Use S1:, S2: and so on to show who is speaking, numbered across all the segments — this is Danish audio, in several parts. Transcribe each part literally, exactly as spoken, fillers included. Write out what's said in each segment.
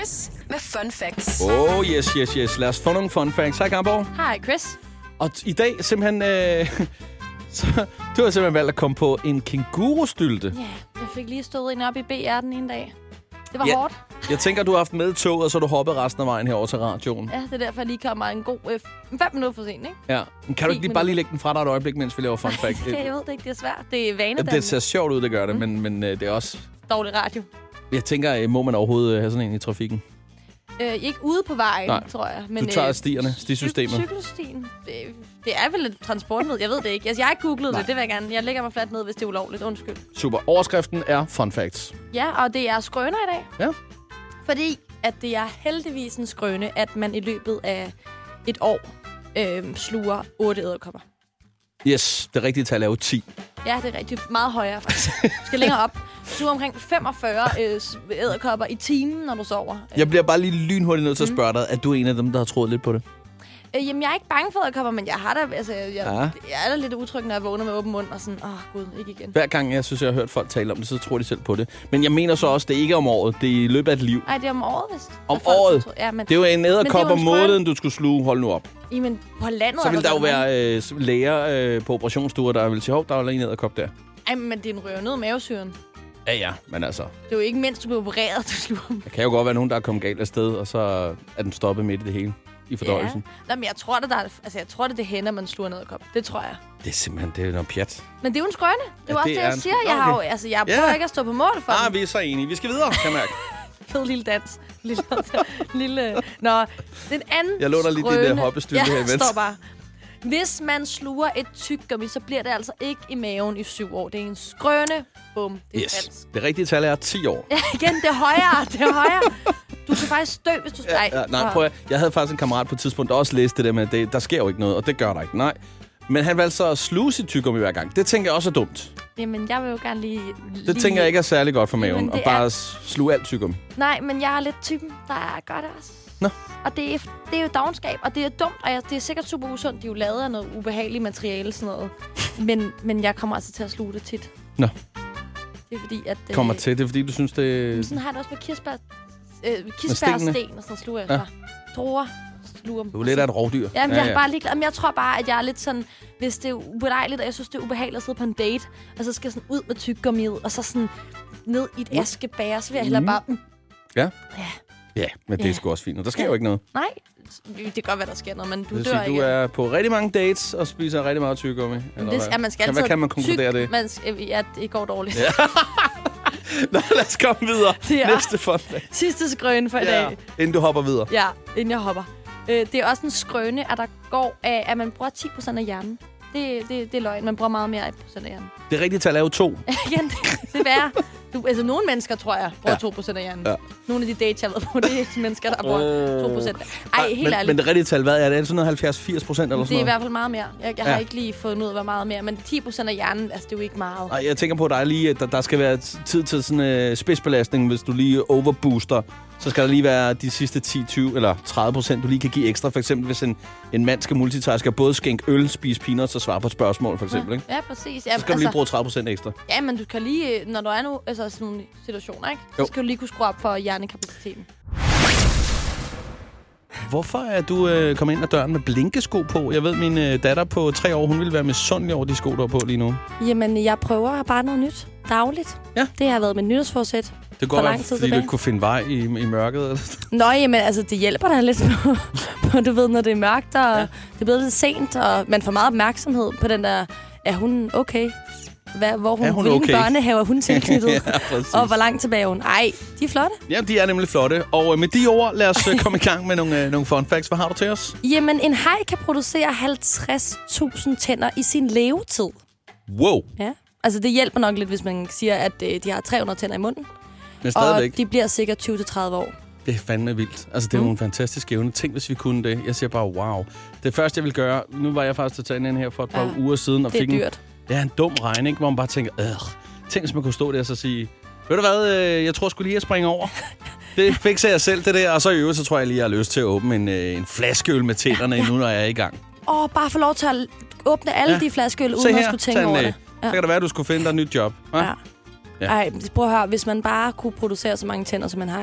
S1: Chris med Fun Facts.
S2: Oh, yes, yes, yes. Lad os få nogle fun facts. Hej, Garborg.
S3: Hej, Chris.
S2: Og t- i dag simpelthen... Øh, så, du har simpelthen valgt at komme på en kængurustylte.
S3: Ja, jeg fik lige stået ind op i B R den ene dag. Det var
S2: Ja.
S3: hårdt.
S2: Jeg tænker, du har haft med i toget, og så har du hoppet resten af vejen herover til radioen.
S3: Ja, det er derfor, jeg lige kommer en god øh, fem minutter for sent, ikke?
S2: Ja. Men kan du ikke lige bare lige lægge den fra dig et øjeblik, mens vi laver fun fact?
S3: Jeg ved det ikke, det er svært. Det er
S2: Jamen,
S3: vanedannende.
S2: det ser sjovt ud, det gør det, mm. men, men øh, det er også...
S3: Dårlig radio.
S2: Jeg tænker, må man overhovedet have sådan en i trafikken?
S3: Øh, ikke ude på vejen,
S2: Nej.
S3: tror jeg. Men,
S2: Du tager stierne, stisystemet.
S3: Cyk- cykelstien. Det, det er vel et transportmiddel, jeg ved det ikke. Altså, jeg har ikke googlet
S2: Nej.
S3: det, det vil jeg gerne. Jeg lægger mig fladt ned, hvis det er ulovligt. Undskyld.
S2: Super. Overskriften er fun facts.
S3: Ja, og det er skrøner i dag.
S2: Ja.
S3: Fordi at det er heldigvis en skrøne, at man i løbet af et år øh, sluger otte edderkopper.
S2: Yes, det rigtige tal er jo ti.
S3: Ja, det er rigtigt. Meget højere, faktisk. Du skal længere op. Du sluger omkring femogfyrre øh, edderkopper i timen, når du sover.
S2: Jeg bliver bare lige lynhurtigt nødt til at spørge dig, er du en af dem, der har troet lidt på det?
S3: Øh, jamen, jeg er ikke bange for edderkopper, men jeg har da, altså, jeg,
S2: Ja.
S3: jeg er da lidt utryg, når jeg vågner med åben mund og sådan, åh oh, gud, ikke igen.
S2: Hver gang jeg synes, jeg har hørt folk tale om det, så tror de selv på det. Men jeg mener så også, det er ikke om året. Det er i løbet af et liv.
S3: Nej, det er om året, vist.
S2: Om
S3: Der er folk,
S2: året?
S3: der tror- Ja, men,
S2: Det er jo en edderkop om
S3: en
S2: måneden, du skulle sluge. Hold nu op.
S3: jamen, på landet
S2: Så
S3: er
S2: vil der jo
S3: vel
S2: være øh, læger øh, på operationsstuer, der vil sige, hov, der er en edderkop der.
S3: Ej, men det er en røver ned i mavesyren.
S2: Ja, ja, men altså,
S3: Det er jo ikke mindst, du bliver opereret, du sluger dem.
S2: der kan jo godt være nogen, der er kommet galt af sted, og så er den stoppet midt i det hele. I fordøjelsen.
S3: Nå, men jeg tror, det, der er, altså, jeg tror, det, det hænder, man sluger ned i kop. Det tror jeg.
S2: Det er simpelthen det er noget pjat.
S3: Men det er jo en skrøne. Det er jo
S2: Ja,
S3: også
S2: det
S3: det,
S2: er
S3: jeg
S2: en-
S3: siger.
S2: Nå,
S3: Jeg, har jo,
S2: okay.
S3: altså, jeg
S2: Ja.
S3: prøver ikke at stå på mål for
S2: Ah,
S3: den.
S2: vi er så enige. Vi skal videre, kan jeg mærke.
S3: Fed lille dans. Lille, lille... Nå, den anden
S2: Jeg låner lige
S3: skrøne.
S2: din, øh, hoppestykke
S3: ja,
S2: her imens.
S3: står bare. Hvis man sluger et tyggegummi, så bliver det altså ikke i maven i syv år. Det er en skrøne. Bum. Det er
S2: Yes.
S3: falsk.
S2: Det rigtige tal er ti år.
S3: Ja, igen, det er højere. Det er højere. Du kan faktisk dø, hvis du...
S2: Ja, ja, nej, prøv at, jeg havde faktisk en kammerat på et tidspunkt, der også læste det der med, at det, der sker jo ikke noget, og det gør der ikke. Nej. Men han valgte så at sluge sit tyggegummi hver gang. Det tænker jeg også er dumt.
S3: Jamen, jeg vil jo gerne lige...
S2: Det
S3: lige...
S2: tænker jeg ikke er særlig godt for maven,
S3: Jamen,
S2: at
S3: det
S2: bare
S3: er-
S2: sluge alt tyggegummi.
S3: Nej, men jeg er lidt typen, der gør det også.
S2: Nå.
S3: Og det er, det er jo dovenskab, og det er dumt, og jeg, det er sikkert super usundt. De er jo lavet af noget ubehageligt materiale, sådan noget. Men, men jeg kommer altså til at sluge det tit.
S2: Nå.
S3: Det er fordi, at... øh,
S2: Kommer til, det er fordi, du synes, det...
S3: Sådan har jeg det også med kirsebær, øh,
S2: stenene?
S3: kirsebær og sten, og sådan sluger jeg
S2: Ja.
S3: ja. Druer, sluger dem.
S2: Du er lidt af et rovdyr.
S3: Jamen, ja, jeg, er bare lige, men jeg tror bare, at jeg er lidt sådan, hvis det er ubelejligt, og jeg synes, det er ubehageligt at sidde på en date, og så skal jeg sådan ud med tyggegummiet, og så sådan ned i et
S2: Mm.
S3: askebær, så vil jeg hellere bare... Mm.
S2: Ja.
S3: Ja.
S2: Ja, men det er
S3: Ja.
S2: sgu også fint. Og der sker
S3: Ja.
S2: jo ikke noget.
S3: Nej, det kan godt være, der sker noget, men du
S2: Det vil
S3: dør
S2: sige,
S3: ikke.
S2: du er på rigtig mange dates og spiser rigtig meget tyggegummi. Eller
S3: det,
S2: hvad?
S3: ja, man skal
S2: kan,
S3: altid
S2: hvad kan man konkludere
S3: tyk,
S2: det?
S3: Man skal, ja, det går dårligt.
S2: Ja. Nå, lad os komme videre.
S3: Ja.
S2: Næste fun fact.
S3: Sidste skrøne for i
S2: Ja,
S3: dag.
S2: inden du hopper videre.
S3: Ja, inden jeg hopper. Øh, det er også en skrøne, at der går af, at man bruger ti procent af hjernen. Det, det, det er løgn. Man bruger meget mere af procent af hjernen.
S2: Det rigtige tal er jo to.
S3: Igen, det, det er værre. Du, altså, nogle mennesker, tror jeg, bruger
S2: Ja.
S3: to procent af hjernen.
S2: Ja.
S3: Nogle af de dates, jeg har været på, det er mennesker, der bruger to procent. Ej, helt
S2: men,
S3: ærligt.
S2: men det rigtige tal, hvad er det? Er det sådan noget halvfjerds til firs procent eller
S3: Det
S2: sådan
S3: er i
S2: noget?
S3: hvert fald meget mere. Jeg, jeg har
S2: Ja.
S3: ikke lige fundet ud af, hvor meget mere. Men ti procent af hjernen, altså, det er jo ikke meget.
S2: Ej, jeg tænker på, at der, er lige, der, der skal være tid til sådan uh, spidsbelastning, hvis du lige overbooster. Så skal der lige være de sidste ti, tyve eller tredive procent, du lige kan give ekstra. For eksempel, hvis en, en mand skal multitaske og både skænke øl, spise peanuts og svare på et spørgsmål, for eksempel. Ikke?
S3: Ja, præcis.
S2: Så
S3: Jamen,
S2: skal du lige bruge tredive procent ekstra.
S3: Ja, men du kan lige, når du er nu, altså sådan nogle situationer, ikke?
S2: Jo.
S3: Så skal du lige kunne skrue op for hjernekapaciteten.
S2: Hvorfor er du øh, kommet ind ad døren med blinkesko på? Jeg ved, min øh, datter på tre år, hun ville være misundelig over de sko, der er på lige nu.
S3: Jamen, jeg prøver bare noget nyt dagligt.
S2: Ja.
S3: Det har været mit nytårsforsæt.
S2: Det går
S3: For
S2: godt,
S3: lang tid
S2: fordi du
S3: tilbage.
S2: ikke kunne finde vej i, i mørket. Eller?
S3: Nå, jamen, altså, det hjælper da lidt på, på, du ved, når det er mørkt, og
S2: Ja.
S3: ja. det er blevet lidt sent, og man får meget opmærksomhed på den der, er hun okay? Hvad, hvor hun,
S2: Er hun
S3: hvilken
S2: okay?
S3: børnehave er hun tilknyttet?
S2: Ja, præcis.
S3: Og hvor langt tilbage er hun? Ej, de er flotte.
S2: Ja, de er nemlig flotte. Og øh, med de ord, lad os øh, komme i gang med nogle, øh, nogle fun facts. Hvad har du til os?
S3: Jamen, en haj kan producere halvtreds tusind tænder i sin levetid.
S2: Wow.
S3: Ja. Altså, det hjælper nok lidt, hvis man siger, at øh, de har tre hundrede tænder i munden.
S2: Men stadigvæk,
S3: Og de bliver sikkert tyve til tredive år.
S2: det er fandme vildt. Altså, det er jo
S3: Mm.
S2: en fantastisk evne. Tænk, hvis vi kunne det. Jeg siger bare, wow. Det første, jeg vil gøre... Nu var jeg faktisk til tandlægen her for et par
S3: Ja.
S2: uger siden. Og
S3: Det er
S2: fik en,
S3: dyrt.
S2: ja, en dum regning, hvor man bare tænker, øh, tænk, hvis man kunne stå der og så sige, ved du hvad, øh, jeg tror sgu lige, jeg springer over. Det fikser jeg selv, det der. Og så i øvrigt, så tror jeg lige, jeg har lyst til at åbne en, øh, en flaskeøl med tænderne, nu når jeg er i gang.
S3: Åh, bare få lov til at åbne alle
S2: Ja.
S3: de flaskeøl,
S2: Se
S3: uden at
S2: her,
S3: skulle tænke over
S2: tandlæge.
S3: det.
S2: Så kan det være, at du skulle finde dig et nyt job. hva'?
S3: Ja.
S2: Ja.
S3: Ej, prøv at høre, hvis man bare kunne producere så mange tænder, som man har, så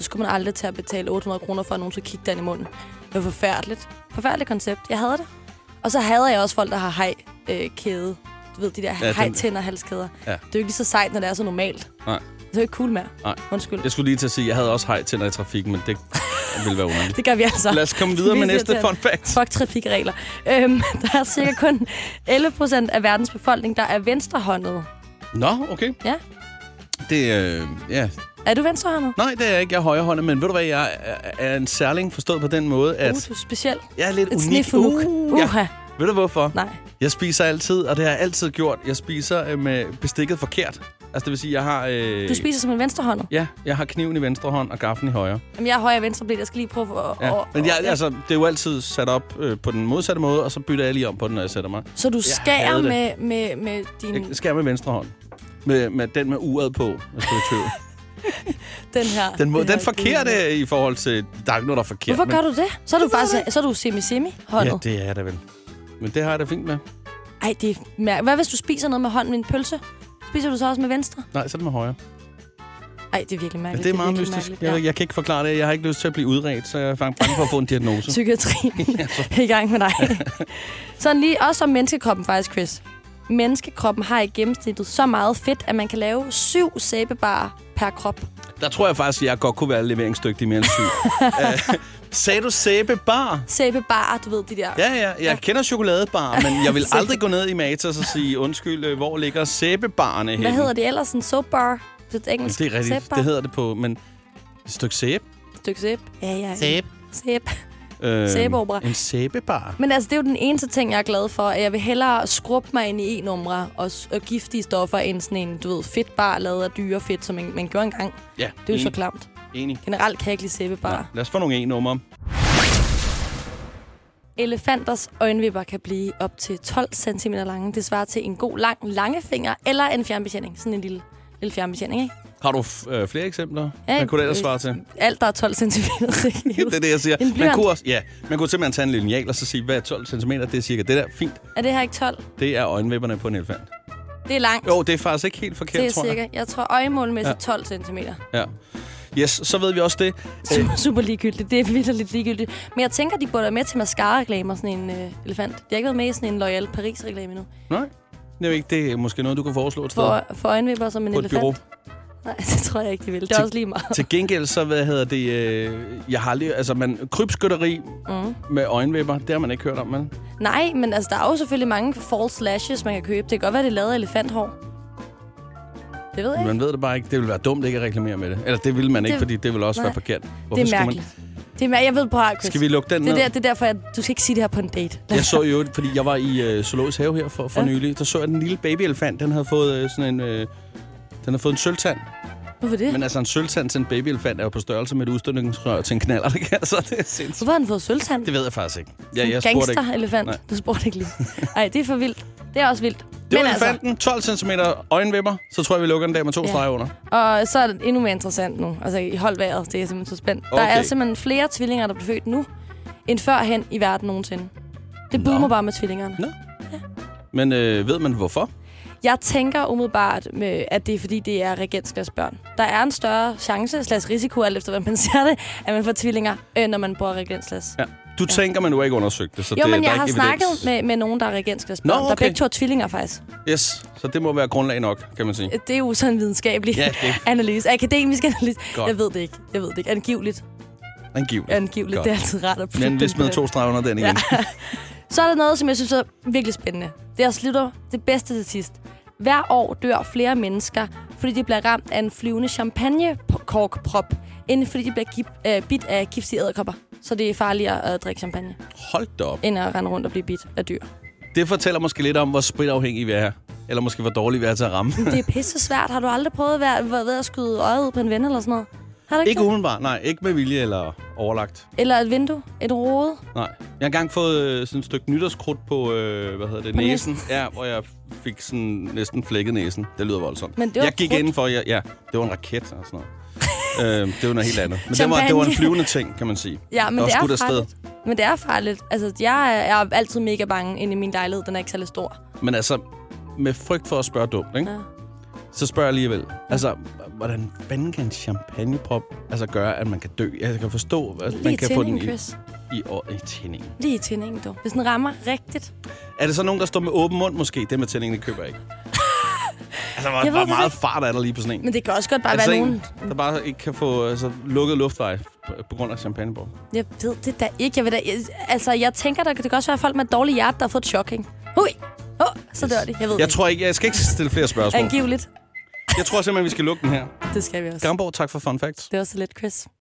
S3: så skulle man aldrig til at betale otte hundrede kroner for, at nogen skulle kigge den i munden. Det var forfærdeligt. Forfærdeligt koncept. Jeg havde det. Og så havde jeg også folk, der har hej-kæde. Du ved, de der ja, hej-tænder halskæder. Ja. Det er jo ikke lige så sejt, når det er så normalt.
S2: Nej.
S3: Det er jo ikke cool mere.
S2: Nej.
S3: Undskyld.
S2: Jeg skulle lige til at sige, at jeg havde også hej-tænder i trafikken, men det ville være underligt.
S3: Det gør vi altså.
S2: Lad os komme videre med næste fun fact.
S3: Fuck trafikregler. Øhm, der er cirka kun elleve procent af verdens befolkning, der er venstrehåndet.
S2: Nå, okay.
S3: Ja.
S2: Det øh, ja.
S3: Er du venstrehåndet?
S2: Nej, det er jeg ikke. Jeg er højrehåndet, men ved du hvad, jeg er, er en særling forstået på den måde, at...
S3: Uh, du er speciel.
S2: Jeg er lidt
S3: Et
S2: unik.
S3: Uh,
S2: ja. Ved du hvorfor?
S3: Nej.
S2: Jeg spiser altid, og det har jeg altid gjort. Jeg spiser øh, med bestikket forkert. Altså det vil sige, jeg har... Øh...
S3: Du spiser som en venstrehåndet?
S2: Ja, jeg har kniven i venstre hånd og gaflen i højre.
S3: Jamen, jeg er højre og venstre blik. Jeg skal lige prøve at...
S2: Ja.
S3: Og,
S2: men jeg,
S3: og,
S2: altså, det er jo altid sat op øh, på den modsatte måde, og så bytter jeg lige om på den, når jeg sætter mig.
S3: Så du skærer med, med, med din...
S2: Jeg skærer med venstre hånd. Med, med den med uret på, hvis du er i tvivl.
S3: Den her.
S2: Den, må,
S3: den,
S2: den forkerte i forhold til... Der er ikke noget, der er forkert.
S3: Hvorfor gør
S2: men...
S3: du det? Så er du faktisk så er du semi-semi-håndet.
S2: Ja, det er det vel. Men det har jeg da fint med.
S3: Ej, det er mær- Hvad hvis du spiser noget med hånden med en pølse? Spiser du så også med venstre?
S2: Nej, så er det med højre.
S3: Ej, det er virkelig mærkeligt.
S2: Ja, det er meget
S3: det er
S2: mystisk.
S3: Mærkeligt,
S2: jeg, jeg kan ikke forklare det. Jeg har ikke lyst til at blive udredt, så jeg er bange for at få en diagnose.
S3: Psykiatrien er i gang med dig. Sådan lige også om menneskekroppen faktisk, Chris. Menneskekroppen har i gennemsnittet så meget fedt, at man kan lave syv sæbebarer per krop.
S2: Der tror jeg faktisk, at jeg godt kunne være leveringsdygtig mere end syv. uh, sagde du sæbebar?
S3: Sæbebarer, du ved de der.
S2: Ja, ja. Jeg ja. kender chokoladebar, men jeg vil aldrig gå ned i Matas og sige, undskyld, hvor ligger sæbebarerne henne?
S3: Hvad hedder det ellers? En soap bar? Det er engelsk.
S2: Det er rigtigt. Sæbebar. Det hedder det på, men et stykke sæbe.
S3: Et stykke sæbe? Ja, ja.
S2: Sæbe.
S3: Sæbe.
S2: Øhm,
S3: Sæbeopera.
S2: En sæbebar.
S3: Men altså, det er jo den eneste ting, jeg er glad for. At jeg vil hellere skrubbe mig ind i e-numre og, og giftige stoffer end sådan en, du ved, fedtbar lavet af dyrefedt, som man, man gjorde engang.
S2: Ja.
S3: Det er jo
S2: enig.
S3: så klamt.
S2: Enig.
S3: Generelt kan jeg ikke lide sæbebar.
S2: Ja, lad os få nogle e-numre.
S3: Elefanters øjenvipper kan blive op til tolv centimeter lange. Det svarer til en god lang langefinger eller en fjernbetjening. Sådan en lille, lille fjernbetjening, ikke?
S2: Har du f- øh, flere eksempler?
S3: Ja,
S2: Hvad kunne det ellers svare til?
S3: Alt, der er tolv centimeter.
S2: Det er det, jeg siger. Man kunne, også, ja, man kunne simpelthen tage en lineal og så sige, hvad er tolv centimeter? Det er cirka det der. Fint.
S3: Er det her ikke tolv?
S2: Det er øjenvipperne på en elefant.
S3: Det er langt.
S2: Jo, det er faktisk ikke helt forkert,
S3: det er
S2: tror jeg.
S3: cirka. Jeg tror øjemålmæssigt ja. tolv centimeter.
S2: Ja. Yes, så ved vi også det.
S3: Super, super ligegyldigt. Det er virkelig lidt ligegyldigt. Men jeg tænker, de burde være med til mascara-reklamer, sådan en øh, elefant. De har ikke været med i sådan en L'Oréal Paris-reklame endnu.
S2: Nej, det er ikke det. Er måske noget, du kan foreslå et sted.
S3: For, for øjenvipper som en
S2: på
S3: elefant?
S2: Bureau.
S3: Nej, det tror jeg ikke, de vil. Det er
S2: til,
S3: også lige meget.
S2: Til gengæld, så hvad hedder det... Øh, jeg har lige... Altså, man, krybskytteri mm. med øjenvipper, det har man ikke hørt om, men...
S3: Nej, men altså, der er jo selvfølgelig mange false lashes, man kan købe. Det kan godt være, det er lavet af elefanthår. Det ved jeg
S2: Man
S3: ikke.
S2: ved det bare ikke. Det ville være dumt ikke at reklamere med det. Eller det vil man ikke, det, fordi det vil også
S3: nej,
S2: være forkert. Hvorfor
S3: det er mærkeligt. Man... Det er mærkeligt. Jeg ved på her, Chris.
S2: Skal vi lukke den
S3: det er
S2: ned?
S3: Der, det er derfor, jeg, du skal ikke sige det her på en date.
S2: Jeg så jo, fordi jeg var i uh, Zoologisk Have her for, for ja. nylig. Der så jeg den lille babyelefant. Den havde fået uh, sådan en... Uh, den havde fået en sølvtand.
S3: Hvorfor det?
S2: Men altså en sølvtand til en babyelefant er jo på størrelse med et udstødningsrør til en knaller. Det kan altså, det er sindssygt.
S3: Hvorfor har den fået sølvtand?
S2: Det ved jeg faktisk ikke.
S3: Ja, jeg gangster-elefant. Du spurgte ikke lige. Ej, det er for vildt. Det er også vildt.
S2: Det var elefanten. Altså, tolv centimeter øjenvipper. Så tror jeg, vi lukker den dag med to ja. streger under.
S3: Og så er det endnu mere interessant nu. Altså i holdværet. Det er simpelthen så spændt. Okay. Der er simpelthen flere tvillinger, der bliver født nu, end førhen i verden nogensinde. Det boomer bare med tvillingerne.
S2: Nå. Ja. Men øh, ved man hvorfor?
S3: Jeg tænker umiddelbart, med, at det er fordi, det er reagensglasbørn. Der er en større chance, slags risiko, alt efter hvad man ser det, at man får tvillinger, øh, når man bruger reagensglas. Ja.
S2: Du ja. tænker, men du har ikke undersøgt det, så
S3: jo,
S2: det,
S3: men jeg
S2: der
S3: har
S2: ikke
S3: snakket med, med nogen, der er reagensglasbørn. Okay. Der er begge to tvillinger, faktisk.
S2: Yes, så det må være grundlag nok, kan man sige.
S3: Det er jo sådan en videnskabelig ja, analyse. Akademisk analyse. Godt. Jeg ved det ikke. Jeg ved det ikke. Angiveligt.
S2: Angiveligt.
S3: Angiveligt. Godt. Det er altid rart at putte.
S2: Men hvis med to streger under den igen.
S3: Ja. Så er der noget, som jeg synes er virkelig spændende. Det er slutter det bedste til sidst. Hver år dør flere mennesker, fordi de bliver ramt af en flyvende champagnekorkprop, end fordi de bliver gip- øh, bidt af giftige edderkopper. Så det er farligere at drikke champagne.
S2: Hold da op.
S3: End at rende rundt og blive bidt af dyr.
S2: Det fortæller måske lidt om, hvor spritafhængige vi er. Eller måske hvor dårlige vi er til at ramme.
S3: Det er pisse svært. Har du aldrig prøvet at være ved at skyde øjet ud på en ven eller sådan noget? Har du ikke
S2: ikke umiddelbart, nej. Ikke med vilje eller overlagt.
S3: Eller et vindue? Et rode?
S2: Nej. Jeg har engang fået øh, sådan et stykke nytårskrudt på, øh, hvad hedder det,
S3: på
S2: næsen. næsen. Ja, hvor jeg fik sådan næsten flækket næsen. Det lyder voldsomt.
S3: Men det var
S2: jeg gik
S3: krudt.
S2: indenfor, ja, ja, det var en raket og sådan noget. øh, det var noget helt andet. Men det var, det var en flyvende ting, kan man sige.
S3: Ja, men det er farligt. Men det er farligt. Altså, jeg er, jeg er altid mega bange inde i min lejlighed. Den er ikke særlig stor.
S2: Men altså, med frygt for at spørge dumt, ikke? Ja. Så spørger jeg alligevel. Altså, hvordan fanden kan en champagneprop altså gøre, at man kan dø? Jeg kan forstå, at
S3: Lige
S2: man kan få den i,
S3: Chris.
S2: i, år, i tændingen.
S3: Lige i tændingen, du. Hvis den rammer rigtigt.
S2: Er det så nogen, der står med åben mund måske? Det med tændingen, det køber jeg ikke. Altså, hvor,
S3: Jeg ved
S2: hvor
S3: det
S2: meget
S3: ikke.
S2: fart er der lige på sådan en?
S3: Men det kan også godt bare
S2: Er det
S3: være
S2: så
S3: nogen...
S2: en, der bare ikke kan få altså, lukket luftvej på, på grund af champagneprop?
S3: Jeg ved det da ikke. Jeg ved da, jeg, altså, jeg tænker, der det kan også være folk med dårlig hjerte, der har fået et chok, ikke? Hui! Oh, så dør de. Jeg ved
S2: Jeg
S3: det
S2: tror ikke, jeg skal ikke stille flere spørgsmål.
S3: Angiveligt.
S2: Jeg tror simpelthen, vi skal lukke den her.
S3: Det skal vi også.
S2: Gamborg, tak for fun facts.
S3: Det var så lidt, Chris.